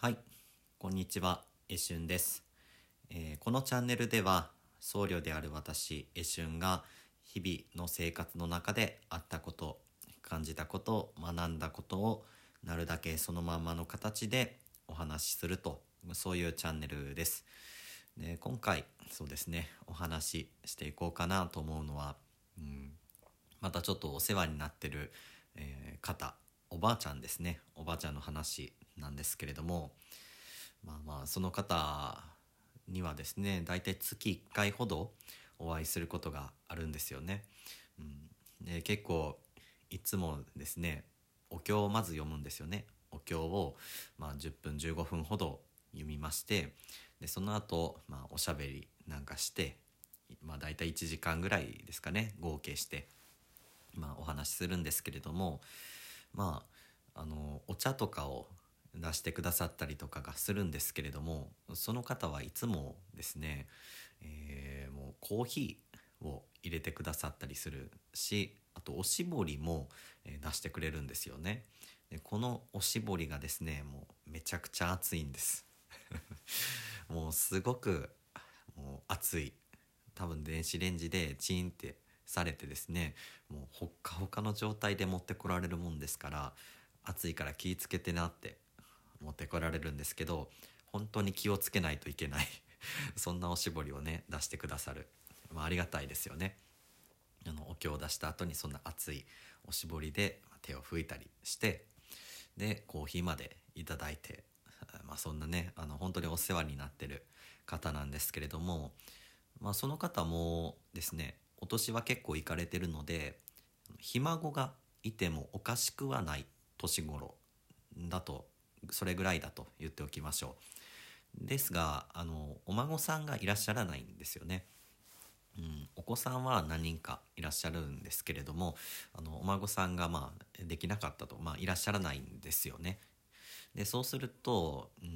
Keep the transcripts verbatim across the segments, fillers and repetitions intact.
はい、こんにちは、えしゅんです、えーこのチャンネルでは僧侶である私、えしゅんが日々の生活の中であったこと、感じたこと、学んだことをなるだけそのまんまの形でお話しすると、そういうチャンネルです。で、今回そうですね、お話ししていこうかなと思うのは、うん、またちょっとお世話になってる、えー方、おばあちゃんですね、おばあちゃんの話なんですけれども、まあまあその方にはですね、だいたい月いっかいほどお会いすることがあるんですよね。うん、で結構いつもですね、お経をまず読むんですよね。お経を、まあ、じゅっぷんじゅうごふんほど読みまして、でその後、まあおしゃべりなんかして、まあ、だいたいいちじかんぐらいですかね、合計して、まあ、お話しするんですけれども、まああのお茶とかを出してくださったりとかがするんですけれども、その方はいつもですね、えーもうコーヒーを入れてくださったりするし、あとおしぼりも、えー出してくれるんですよね。でこのおしぼりがですね、もうめちゃくちゃ熱いんですもうすごくもう熱い、多分電子レンジでチンってされてですね、もうほっかほかの状態で持ってこられるもんですから、暑いから気ぃつけてなって持ってこられるんですけど、本当に気をつけないといけないそんなおしぼりをね出してくださる、まあ、ありがたいですよね。あのお経を出した後にそんな熱いおしぼりで手を拭いたりして、でコーヒーまでいただいて、まあ、そんなね、あの本当にお世話になってる方なんですけれども、まあ、その方もですね、お年は結構いかれてるので、ひ孫がいてもおかしくはない年頃だと、それぐらいだと言っておきましょう。ですが、あのお孫さんがいらっしゃらないんですよね。うん、お子さんは何人かいらっしゃるんですけれども、あのお孫さんがまあできなかったと、まあ、いらっしゃらないんですよね。でそうすると、うん、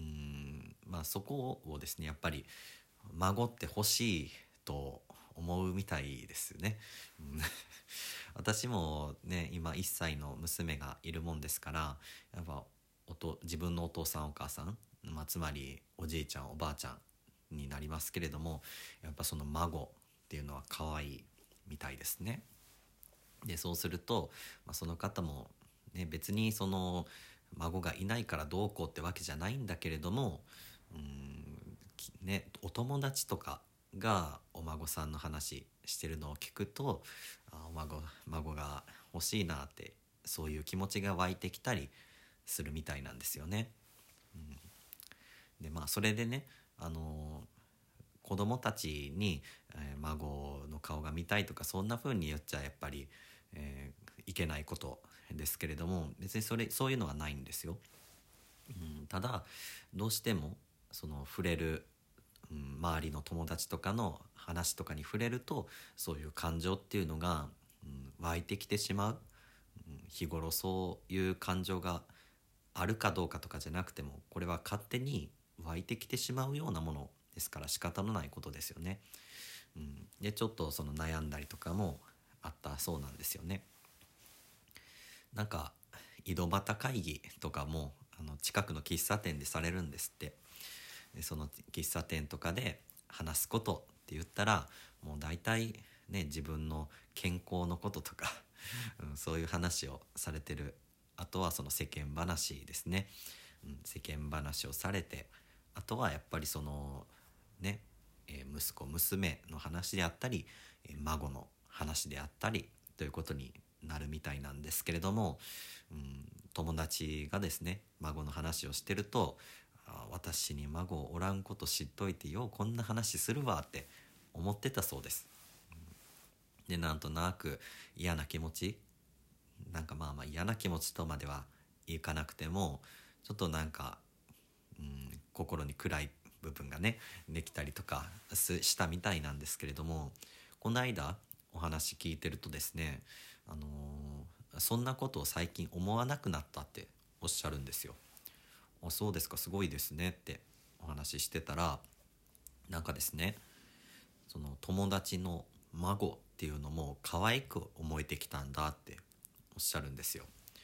まあ、そこをですね、やっぱり孫って欲しいと思うみたいですね。うん私もね、今いっさいの娘がいるもんですから、やっぱおと自分のお父さんお母さん、まあ、つまりおじいちゃんおばあちゃんになりますけれども、やっぱその孫っていうのは可愛いみたいですね。でそうすると、まあ、その方も、ね、別にその孫がいないからどうこうってわけじゃないんだけれども、うーん、きね、お友達とかがお孫さんの話してるのを聞くと、あお孫、孫が欲しいなって、そういう気持ちが湧いてきたりするみたいなんですよね。でまあそれでね、あの子供たちに、えー孫の顔が見たいとかそんな風に言っちゃやっぱり、えーいけないことですけれども、別にそれそういうのはないんですよ。うん、ただどうしてもその触れる、うん、周りの友達とかの話とかに触れると、そういう感情っていうのが、うん、湧いてきてしまう、うん、日頃そういう感情があるかどうかとかじゃなくても、これは勝手に湧いてきてしまうようなものですから仕方のないことですよね。うん、でちょっとその悩んだりとかもあったそうなんですよね。なんか井戸端会議とかもあの近くの喫茶店でされるんですって。でその喫茶店とかで話すことって言ったら、もう大体ね、自分の健康のこととかうん、そういう話をされてる。あとはその世間話ですね、うん、世間話をされて、あとはやっぱりそのね、えー息子娘の話であったり、えー孫の話であったりということになるみたいなんですけれども、うん、友達がですね孫の話をしてると、あ私に孫おらんこと知っといてよこんな話するわって思ってたそうです。でなんとなく嫌な気持ち、なんかまあまあ嫌な気持ちとまではいかなくても、ちょっとなんか、うん、心に暗い部分がねできたりとかすしたみたいなんですけれども、この間お話聞いてるとですね、あのーそんなことを最近思わなくなったっておっしゃるんですよ。あ、そうですか、すごいですねってお話ししてたら、なんかですね、その友達の孫っていうのも可愛く思えてきたんだっておっしゃるんですよ。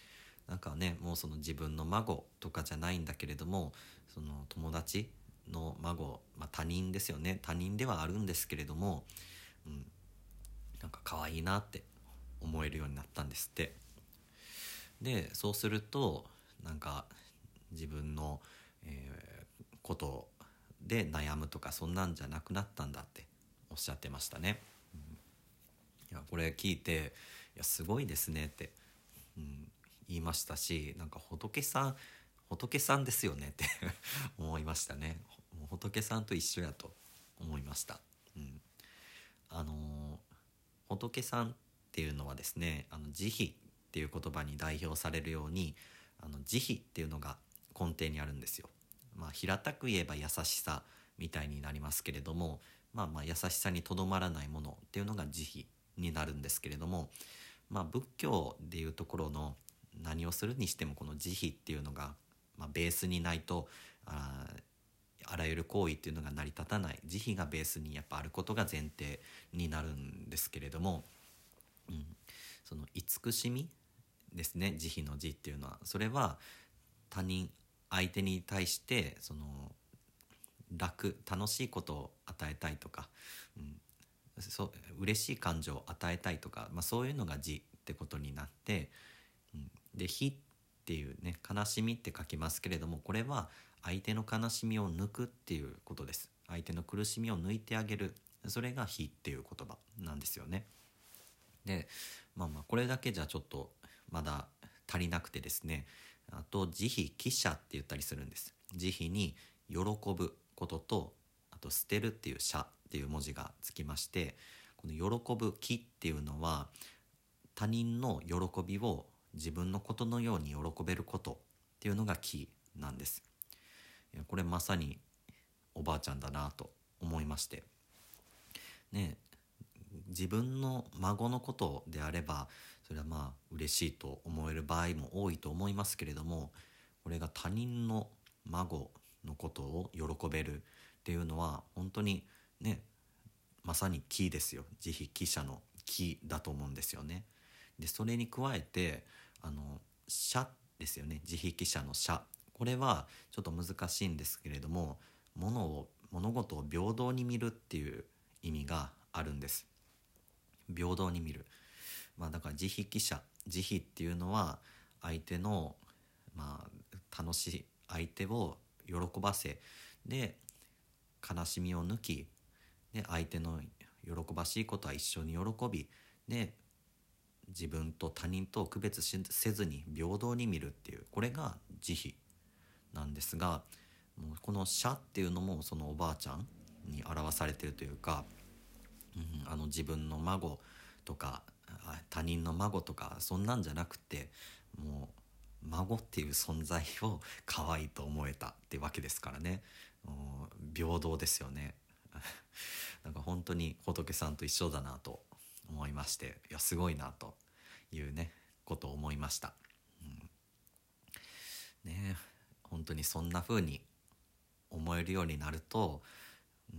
なんかねもうその自分の孫とかじゃないんだけれども、その友達の孫、まあ、他人ですよね。他人ではあるんですけれども、うん、なんか可愛いなって思えるようになったんですって。でそうするとなんか自分の、えーことで悩むとかそんなんじゃなくなったんだっておっしゃってましたね。うん、いやこれ聞いていやすごいですねって、うん、言いましたし、なんか仏さん仏さんですよねって思いましたね。もう仏さんと一緒やと思いました。うん、あのー仏さんっていうのはですね、あの慈悲っていう言葉に代表されるように、あの慈悲っていうのが根底にあるんですよ。まあ、平たく言えば優しさみたいになりますけれども、まあまあ優しさにとどまらないものっていうのが慈悲になるんですけれども、まあ、仏教でいうところの何をするにしてもこの慈悲っていうのが、まあ、ベースにないとああらゆる行為っていうのが成り立たない。慈悲がベースにやっぱあることが前提になるんですけれども、うん、その慈しみですね、慈悲の慈っていうのは、それは他人相手に対してその楽楽しいことを与えたいとか、うん、そう嬉しい感情を与えたいとか、まあ、そういうのが慈ってことになって、うん、で悲っていうね、悲しみって書きますけれども、これは相手の悲しみを抜くっていうことです。相手の苦しみを抜いてあげる、それが悲っていう言葉なんですよね。でまあまあこれだけじゃちょっとまだ足りなくてですね、あと慈悲喜捨って言ったりするんです。慈悲に喜ぶことと、あと捨てるっていう捨っていう文字がつきまして、この喜ぶ喜っていうのは他人の喜びを自分のことのように喜べることっていうのが喜なんです。いやこれまさにおばあちゃんだなと思いましてね。自分の孫のことであればそれはまあ嬉しいと思える場合も多いと思いますけれども、これが他人の孫のことを喜べるっていうのは本当にね、まさに喜ですよ。慈悲喜捨の喜だと思うんですよね。でそれに加えてあの捨ですよね。慈悲喜捨の捨、これはちょっと難しいんですけれども、物を物事を平等に見るっていう意味があるんです。平等に見る、まあ、だから慈悲喜捨、慈悲っていうのは相手の、まあ、楽しい相手を喜ばせ、で悲しみを抜き、で相手の喜ばしいことは一緒に喜び、で自分と他人と区別せずに平等に見るっていう、これが慈悲なんですが、もうこの捨っていうのもそのおばあちゃんに表されているというか、うん、あの自分の孫とか他人の孫とかそんなんじゃなくて、もう孫っていう存在を可愛いと思えたってわけですからね。もう平等ですよね。なんか本当に仏さんと一緒だなと思いまして、いやすごいなというねことを思いました。うん、ね本当にそんな風に思えるようになると、うん、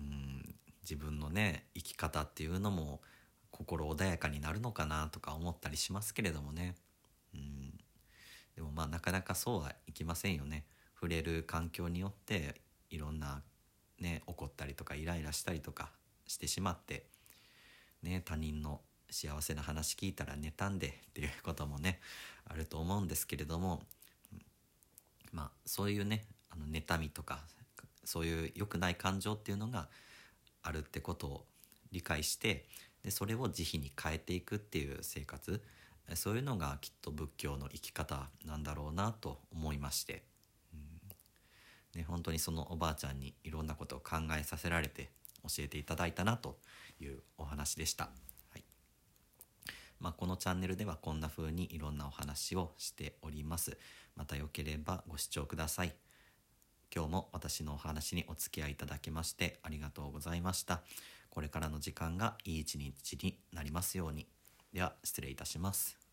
自分のね生き方っていうのも心穏やかになるのかなとか思ったりしますけれどもね。うん、でもまあなかなかそうはいきませんよね。触れる環境によっていろんなね怒ったりとかイライラしたりとかしてしまってね、他人の幸せな話聞いたら妬んでっていうこともねあると思うんですけれども、まあそういうねあの妬みとかそういう良くない感情っていうのがあるってことを理解して、でそれを慈悲に変えていくっていう生活、そういうのがきっと仏教の生き方なんだろうなと思いまして、うんね、本当にそのおばあちゃんにいろんなことを考えさせられて教えていただいたなというお話でした。はい、まあ、このチャンネルではこんな風にいろんなお話をしております。またよければご視聴ください。今日も私のお話にお付き合いいただきましてありがとうございました。これからの時間がいい一日になりますように。では失礼いたします。